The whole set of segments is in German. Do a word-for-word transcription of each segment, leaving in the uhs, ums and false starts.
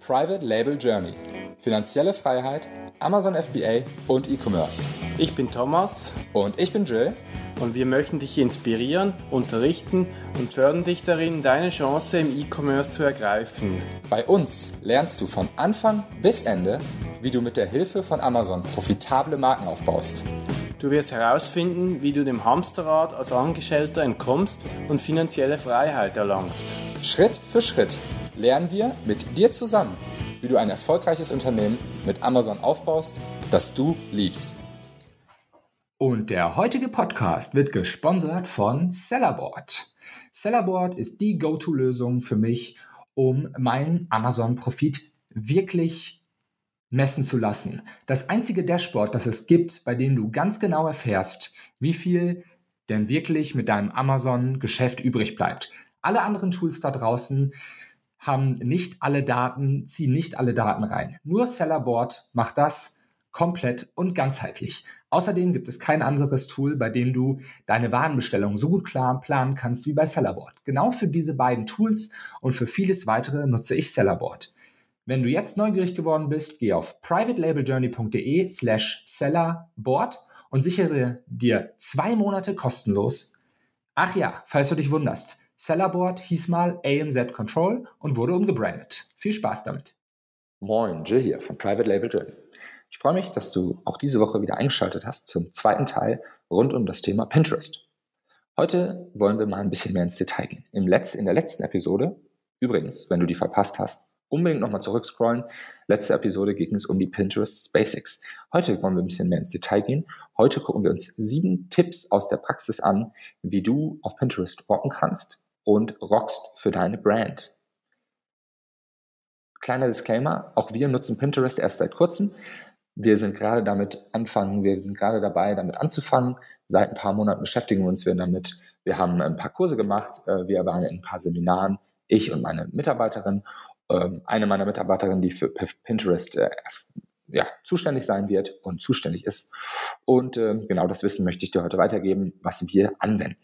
Private Label Journey. Finanzielle Freiheit, Amazon F B A und E-Commerce. Ich bin Thomas. Und ich bin Jill. Und wir möchten dich inspirieren, unterrichten und fördern dich darin, deine Chance im E-Commerce zu ergreifen. Bei uns lernst du von Anfang bis Ende, wie du mit der Hilfe von Amazon profitable Marken aufbaust. Du wirst herausfinden, wie du dem Hamsterrad als Angestellter entkommst und finanzielle Freiheit erlangst. Schritt für Schritt lernen wir mit dir zusammen, wie du ein erfolgreiches Unternehmen mit Amazon aufbaust, das du liebst. Und der heutige Podcast wird gesponsert von Sellerboard. Sellerboard ist die Go-To-Lösung für mich, um meinen Amazon-Profit wirklich messen zu lassen. Das einzige Dashboard, das es gibt, bei dem du ganz genau erfährst, wie viel denn wirklich mit deinem Amazon-Geschäft übrig bleibt. Alle anderen Tools da draußen haben nicht alle Daten, ziehen nicht alle Daten rein. Nur Sellerboard macht das komplett und ganzheitlich. Außerdem gibt es kein anderes Tool, bei dem du deine Warenbestellung so gut klar planen kannst wie bei Sellerboard. Genau für diese beiden Tools und für vieles weitere nutze ich Sellerboard. Wenn du jetzt neugierig geworden bist, geh auf privatelabeljourney.de slash sellerboard und sichere dir zwei Monate kostenlos. Ach ja, falls du dich wunderst, Sellerboard hieß mal A M Z Control und wurde umgebrandet. Viel Spaß damit. Moin, Jill hier von Private Label Journey. Ich freue mich, dass du auch diese Woche wieder eingeschaltet hast zum zweiten Teil rund um das Thema Pinterest. Heute wollen wir mal ein bisschen mehr ins Detail gehen. Im Letz-, in der letzten Episode, übrigens, wenn du die verpasst hast, unbedingt nochmal zurückscrollen. Letzte Episode ging es um die Pinterest Basics. Heute wollen wir ein bisschen mehr ins Detail gehen. Heute gucken wir uns sieben Tipps aus der Praxis an, wie du auf Pinterest rocken kannst und rockst für deine Brand. Kleiner Disclaimer, auch wir nutzen Pinterest erst seit kurzem. Wir sind gerade damit anfangen, wir sind gerade dabei, damit anzufangen. Seit ein paar Monaten beschäftigen wir uns damit. Wir haben ein paar Kurse gemacht, wir waren in ein paar Seminaren, ich und meine Mitarbeiterin. Eine meiner Mitarbeiterinnen, die für Pinterest äh, ja, zuständig sein wird und zuständig ist. Und äh, genau das Wissen möchte ich dir heute weitergeben, was wir anwenden.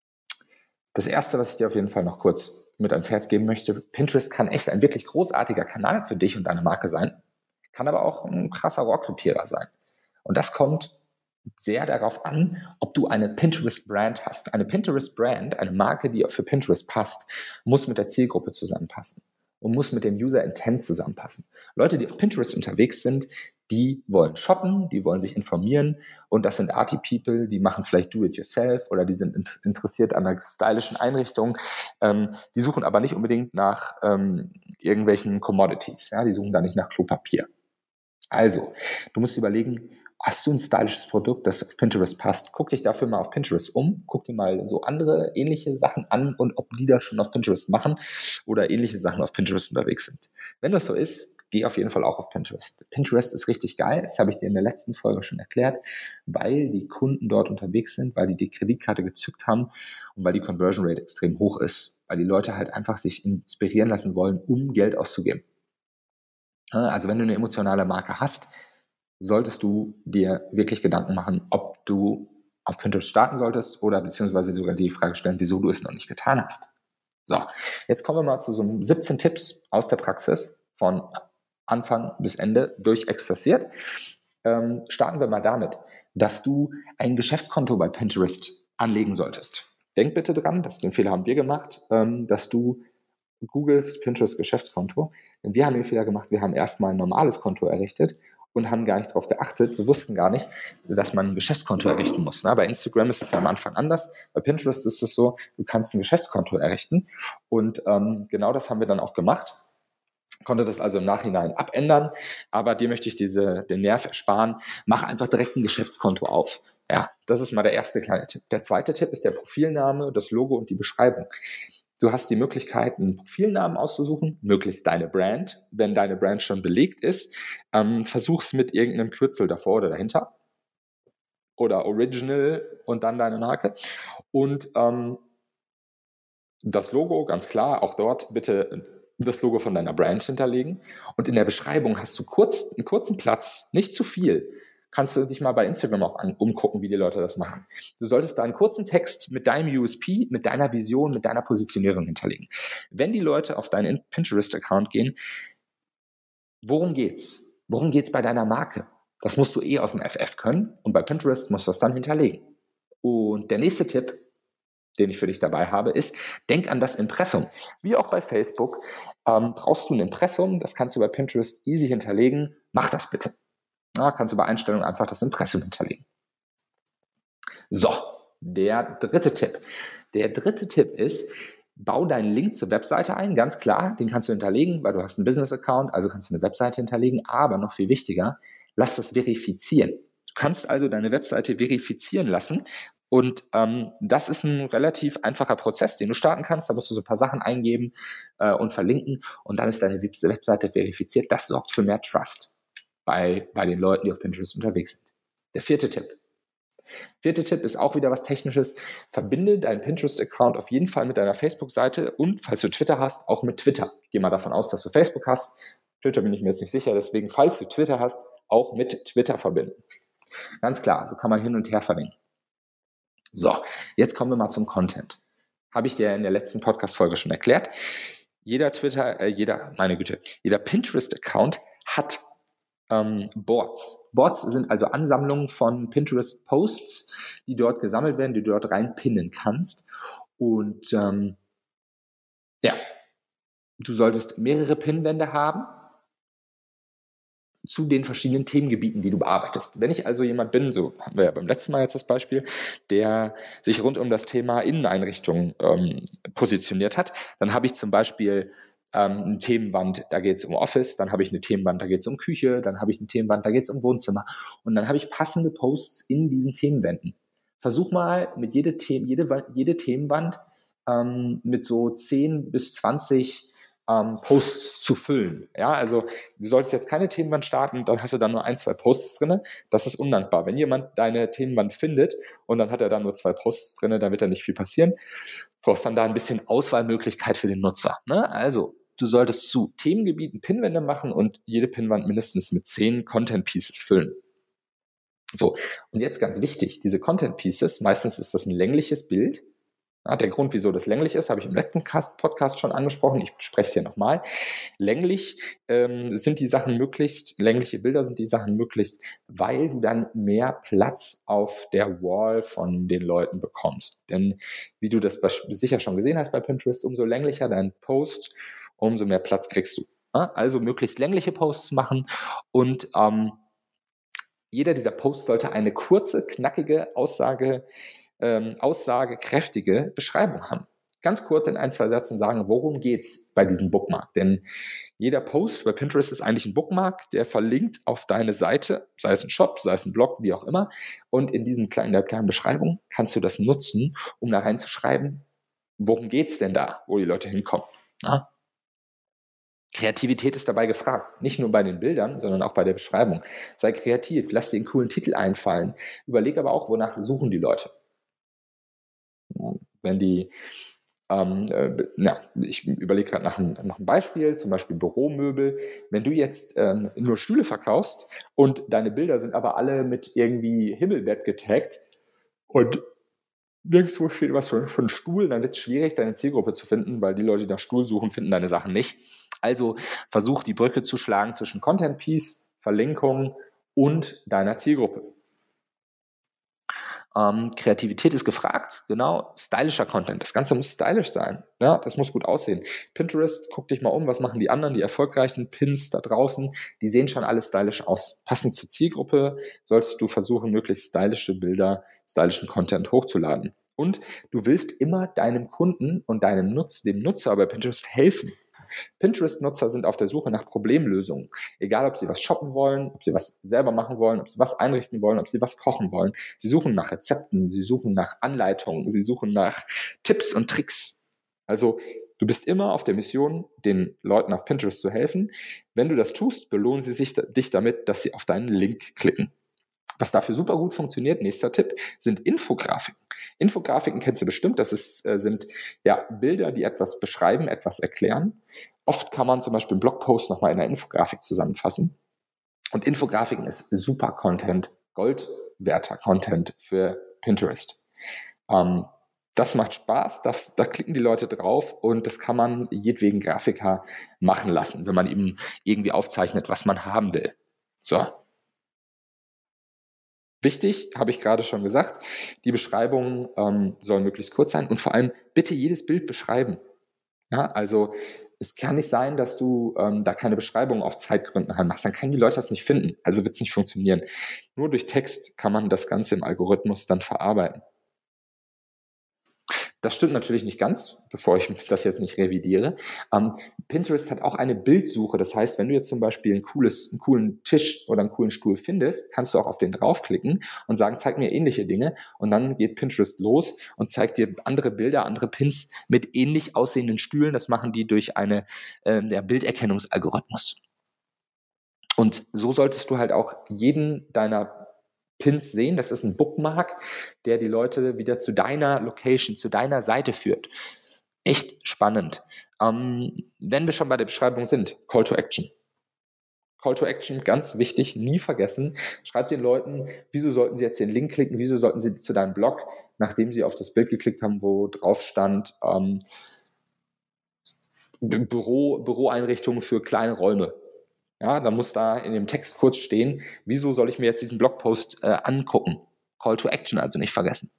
Das Erste, was ich dir auf jeden Fall noch kurz mit ans Herz geben möchte: Pinterest kann echt ein wirklich großartiger Kanal für dich und deine Marke sein, kann aber auch ein krasser Rohrkrepierer sein. Und das kommt sehr darauf an, ob du eine Pinterest-Brand hast. Eine Pinterest-Brand, eine Marke, die für Pinterest passt, muss mit der Zielgruppe zusammenpassen und muss mit dem User Intent zusammenpassen. Leute, die auf Pinterest unterwegs sind, die wollen shoppen, die wollen sich informieren, und das sind Arty People, die machen vielleicht Do-it-yourself oder die sind in- interessiert an einer stylischen Einrichtung. Ähm, die suchen aber nicht unbedingt nach ähm, irgendwelchen Commodities. Ja? Die suchen da nicht nach Klopapier. Also, du musst überlegen, hast du ein stylisches Produkt, das auf Pinterest passt? Guck dich dafür mal auf Pinterest um, guck dir mal so andere ähnliche Sachen an und ob die das schon auf Pinterest machen oder ähnliche Sachen auf Pinterest unterwegs sind. Wenn das so ist, geh auf jeden Fall auch auf Pinterest. Pinterest ist richtig geil, das habe ich dir in der letzten Folge schon erklärt, weil die Kunden dort unterwegs sind, weil die die Kreditkarte gezückt haben und weil die Conversion Rate extrem hoch ist, weil die Leute halt einfach sich inspirieren lassen wollen, um Geld auszugeben. Also wenn du eine emotionale Marke hast, solltest du dir wirklich Gedanken machen, ob du auf Pinterest starten solltest oder beziehungsweise sogar die Frage stellen, wieso du es noch nicht getan hast. So, jetzt kommen wir mal zu so siebzehn Tipps aus der Praxis von Anfang bis Ende durchexerziert. Ähm, starten wir mal damit, dass du ein Geschäftskonto bei Pinterest anlegen solltest. Denk bitte dran, das, den Fehler haben wir gemacht, ähm, dass du googelst Pinterest Geschäftskonto. Denn wir haben den Fehler gemacht, wir haben erstmal ein normales Konto errichtet und haben gar nicht darauf geachtet. Wir wussten gar nicht, dass man ein Geschäftskonto errichten muss. Bei Instagram ist es ja am Anfang anders. Bei Pinterest ist es so, du kannst ein Geschäftskonto errichten. Und ähm, genau das haben wir dann auch gemacht. Konnte das also im Nachhinein abändern. Aber dir möchte ich diese, den Nerv ersparen. Mach einfach direkt ein Geschäftskonto auf. Ja, das ist mal der erste kleine Tipp. Der zweite Tipp ist der Profilname, das Logo und die Beschreibung. Du hast die Möglichkeit, einen Profilnamen auszusuchen, möglichst deine Brand. Wenn deine Brand schon belegt ist, ähm, versuch's mit irgendeinem Kürzel davor oder dahinter. Oder Original und dann deine Marke. Und ähm, das Logo, ganz klar, auch dort bitte das Logo von deiner Brand hinterlegen. Und in der Beschreibung hast du kurz, einen kurzen Platz, nicht zu viel. Kannst du dich mal bei Instagram auch an, umgucken, wie die Leute das machen. Du solltest da einen kurzen Text mit deinem U S P, mit deiner Vision, mit deiner Positionierung hinterlegen. Wenn die Leute auf deinen Pinterest-Account gehen, worum geht's? Worum geht's bei deiner Marke? Das musst du eh aus dem F F können und bei Pinterest musst du das dann hinterlegen. Und der nächste Tipp, den ich für dich dabei habe, ist, denk an das Impressum. Wie auch bei Facebook ähm, brauchst du ein Impressum, das kannst du bei Pinterest easy hinterlegen. Mach das bitte. Na, kannst du bei Einstellungen einfach das Impressum hinterlegen. So, der dritte Tipp. Der dritte Tipp ist, bau deinen Link zur Webseite ein, ganz klar, den kannst du hinterlegen, weil du hast einen Business-Account, also kannst du eine Webseite hinterlegen, aber noch viel wichtiger, lass das verifizieren. Du kannst also deine Webseite verifizieren lassen und ähm, das ist ein relativ einfacher Prozess, den du starten kannst, da musst du so ein paar Sachen eingeben äh, und verlinken und dann ist deine Webseite verifiziert. Das sorgt für mehr Trust bei, bei den Leuten, die auf Pinterest unterwegs sind. Der vierte Tipp. Vierter Tipp ist auch wieder was Technisches. Verbinde deinen Pinterest-Account auf jeden Fall mit deiner Facebook-Seite und, falls du Twitter hast, auch mit Twitter. Ich gehe mal davon aus, dass du Facebook hast. Twitter bin ich mir jetzt nicht sicher, deswegen, falls du Twitter hast, auch mit Twitter verbinden. Ganz klar, so kann man hin und her verlinken. So, jetzt kommen wir mal zum Content. Habe ich dir in der letzten Podcast-Folge schon erklärt. Jeder Twitter, äh, jeder, meine Güte, jeder Pinterest-Account hat Ähm, Boards. Boards sind also Ansammlungen von Pinterest-Posts, die dort gesammelt werden, die du dort reinpinnen kannst. Und ähm, ja, du solltest mehrere Pinwände haben zu den verschiedenen Themengebieten, die du bearbeitest. Wenn ich also jemand bin, so haben wir ja beim letzten Mal jetzt das Beispiel, der sich rund um das Thema Inneneinrichtung ähm, positioniert hat, dann habe ich zum Beispiel Ähm, eine Themenwand, da geht es um Office, dann habe ich eine Themenwand, da geht es um Küche, dann habe ich eine Themenwand, da geht es um Wohnzimmer und dann habe ich passende Posts in diesen Themenwänden. Versuch mal mit jede, The- jede, jede Themenwand ähm, mit so zehn bis zwanzig ähm, Posts zu füllen. Ja, also du solltest jetzt keine Themenwand starten, dann hast du dann nur ein, zwei Posts drin. Das ist undankbar. Wenn jemand deine Themenwand findet und dann hat er da nur zwei Posts drin, dann wird da nicht viel passieren. Du brauchst dann da ein bisschen Auswahlmöglichkeit für den Nutzer. Ne? Also, du solltest zu Themengebieten Pinwände machen und jede Pinwand mindestens mit zehn Content Pieces füllen. So, und jetzt ganz wichtig, diese Content Pieces, meistens ist das ein längliches Bild. Ja, der Grund, wieso das länglich ist, habe ich im letzten Podcast schon angesprochen. Ich spreche es hier nochmal. Länglich ähm, sind die Sachen möglichst, längliche Bilder sind die Sachen möglichst, weil du dann mehr Platz auf der Wall von den Leuten bekommst. Denn wie du das sicher schon gesehen hast bei Pinterest, umso länglicher dein Post, umso mehr Platz kriegst du. Ja, also möglichst längliche Posts machen und ähm, jeder dieser Posts sollte eine kurze, knackige Aussage Ähm, aussagekräftige Beschreibung haben. Ganz kurz in ein, zwei Sätzen sagen, worum geht's bei diesem Bookmark? Denn jeder Post bei Pinterest ist eigentlich ein Bookmark, der verlinkt auf deine Seite, sei es ein Shop, sei es ein Blog, wie auch immer. Und in, diesem kleinen, in der kleinen Beschreibung kannst du das nutzen, um da reinzuschreiben, worum geht's denn da, wo die Leute hinkommen. Ja? Kreativität ist dabei gefragt. Nicht nur bei den Bildern, sondern auch bei der Beschreibung. Sei kreativ, lass dir einen coolen Titel einfallen. Überleg aber auch, wonach suchen die Leute. Wenn die, ähm, äh, ja, ich überlege gerade nach, nach einem Beispiel, zum Beispiel Büromöbel. Wenn du jetzt ähm, nur Stühle verkaufst und deine Bilder sind aber alle mit irgendwie Himmelbett getaggt und nirgendwo steht was von, von Stuhl, dann wird es schwierig, deine Zielgruppe zu finden, weil die Leute, die nach Stuhl suchen, finden deine Sachen nicht. Also versuch die Brücke zu schlagen zwischen Content Piece, Verlinkung und deiner Zielgruppe. Ähm, Kreativität ist gefragt, genau, stylischer Content. Das Ganze muss stylisch sein, ja, das muss gut aussehen. Pinterest, guck dich mal um, was machen die anderen, die erfolgreichen Pins da draußen, die sehen schon alle stylisch aus. Passend zur Zielgruppe solltest du versuchen, möglichst stylische Bilder, stylischen Content hochzuladen. Und du willst immer deinem Kunden und deinem Nutz, dem Nutzer bei Pinterest helfen. Pinterest-Nutzer sind auf der Suche nach Problemlösungen. Egal, ob sie was shoppen wollen, ob sie was selber machen wollen, ob sie was einrichten wollen, ob sie was kochen wollen. Sie suchen nach Rezepten, sie suchen nach Anleitungen, sie suchen nach Tipps und Tricks. Also du bist immer auf der Mission, den Leuten auf Pinterest zu helfen. Wenn du das tust, belohnen sie sich, dich damit, dass sie auf deinen Link klicken. Was dafür super gut funktioniert, nächster Tipp, sind Infografiken. Infografiken kennst du bestimmt, das ist, äh, sind ja Bilder, die etwas beschreiben, etwas erklären. Oft kann man zum Beispiel einen Blogpost nochmal in einer Infografik zusammenfassen. Und Infografiken ist super Content, goldwerter Content für Pinterest. Ähm, Das macht Spaß, da, da klicken die Leute drauf und das kann man jedwegen Grafiker machen lassen, wenn man eben irgendwie aufzeichnet, was man haben will. So. Wichtig, habe ich gerade schon gesagt, die Beschreibung ähm, soll möglichst kurz sein und vor allem bitte jedes Bild beschreiben. Ja, also es kann nicht sein, dass du ähm, da keine Beschreibung auf Zeitgründen machst, dann können die Leute das nicht finden, also wird es nicht funktionieren. Nur durch Text kann man das Ganze im Algorithmus dann verarbeiten. Das stimmt natürlich nicht ganz, bevor ich das jetzt nicht revidiere. Ähm, Pinterest hat auch eine Bildsuche. Das heißt, wenn du jetzt zum Beispiel ein cooles, einen coolen Tisch oder einen coolen Stuhl findest, kannst du auch auf den draufklicken und sagen, zeig mir ähnliche Dinge. Und dann geht Pinterest los und zeigt dir andere Bilder, andere Pins mit ähnlich aussehenden Stühlen. Das machen die durch einen äh, der Bilderkennungsalgorithmus. Und so solltest du halt auch jeden deiner Pins sehen. Das ist ein Bookmark, der die Leute wieder zu deiner Location, zu deiner Seite führt. Echt spannend. Ähm, wenn wir schon bei der Beschreibung sind, Call to Action. Call to Action, ganz wichtig, nie vergessen. Schreib den Leuten, wieso sollten sie jetzt den Link klicken, wieso sollten sie zu deinem Blog, nachdem sie auf das Bild geklickt haben, wo drauf stand, ähm, Büro, Büroeinrichtungen für kleine Räume. Ja, da muss da in dem Text kurz stehen, wieso soll ich mir jetzt diesen Blogpost äh, angucken? Call to Action also nicht vergessen.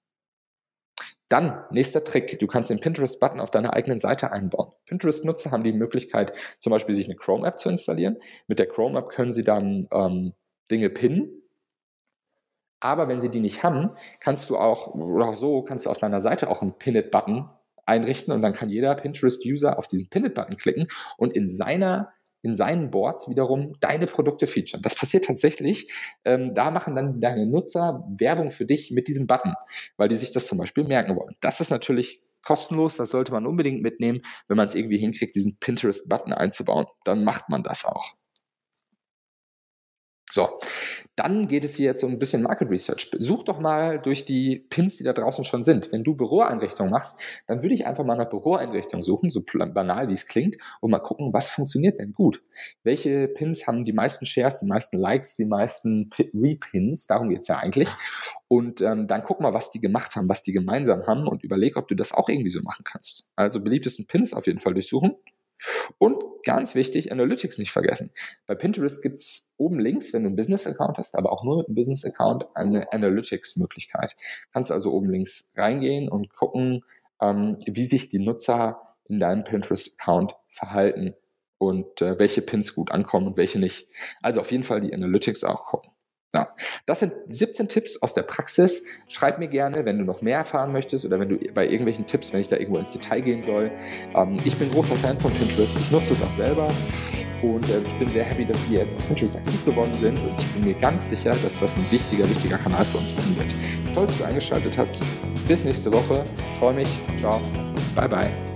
Dann, nächster Trick, du kannst den Pinterest-Button auf deiner eigenen Seite einbauen. Pinterest-Nutzer haben die Möglichkeit, zum Beispiel sich eine Chrome-App zu installieren. Mit der Chrome-App können sie dann ähm, Dinge pinnen. Aber wenn sie die nicht haben, kannst du auch, oder auch so, kannst du auf deiner Seite auch einen Pin-It-Button einrichten und dann kann jeder Pinterest-User auf diesen Pin-It-Button klicken und in seiner in seinen Boards wiederum deine Produkte featuren. Das passiert tatsächlich. Ähm, da machen dann deine Nutzer Werbung für dich mit diesem Button, weil die sich das zum Beispiel merken wollen. Das ist natürlich kostenlos, das sollte man unbedingt mitnehmen. Wenn man es irgendwie hinkriegt, diesen Pinterest-Button einzubauen, dann macht man das auch. So, dann geht es hier jetzt um ein bisschen Market Research. Such doch mal durch die Pins, die da draußen schon sind. Wenn du Büroeinrichtungen machst, dann würde ich einfach mal nach Büroeinrichtungen suchen, so banal wie es klingt, und mal gucken, was funktioniert denn gut. Welche Pins haben die meisten Shares, die meisten Likes, die meisten Repins, darum geht es ja eigentlich. Und ähm, dann guck mal, was die gemacht haben, was die gemeinsam haben und überleg, ob du das auch irgendwie so machen kannst. Also beliebtesten Pins auf jeden Fall durchsuchen. Und ganz wichtig, Analytics nicht vergessen. Bei Pinterest gibt es oben links, wenn du einen Business-Account hast, aber auch nur mit einem Business-Account, eine Analytics-Möglichkeit. Kannst also oben links reingehen und gucken, ähm, wie sich die Nutzer in deinem Pinterest-Account verhalten und äh, welche Pins gut ankommen und welche nicht. Also auf jeden Fall die Analytics auch gucken. Ja, das sind siebzehn Tipps aus der Praxis. Schreib mir gerne, wenn du noch mehr erfahren möchtest oder wenn du bei irgendwelchen Tipps, wenn ich da irgendwo ins Detail gehen soll. Ähm, ich bin großer Fan von Pinterest. Ich nutze es auch selber und äh, ich bin sehr happy, dass wir jetzt auf Pinterest aktiv geworden sind und ich bin mir ganz sicher, dass das ein wichtiger, wichtiger Kanal für uns werden wird. Toll, dass du eingeschaltet hast. Bis nächste Woche. Ich freue mich. Ciao. Bye, bye.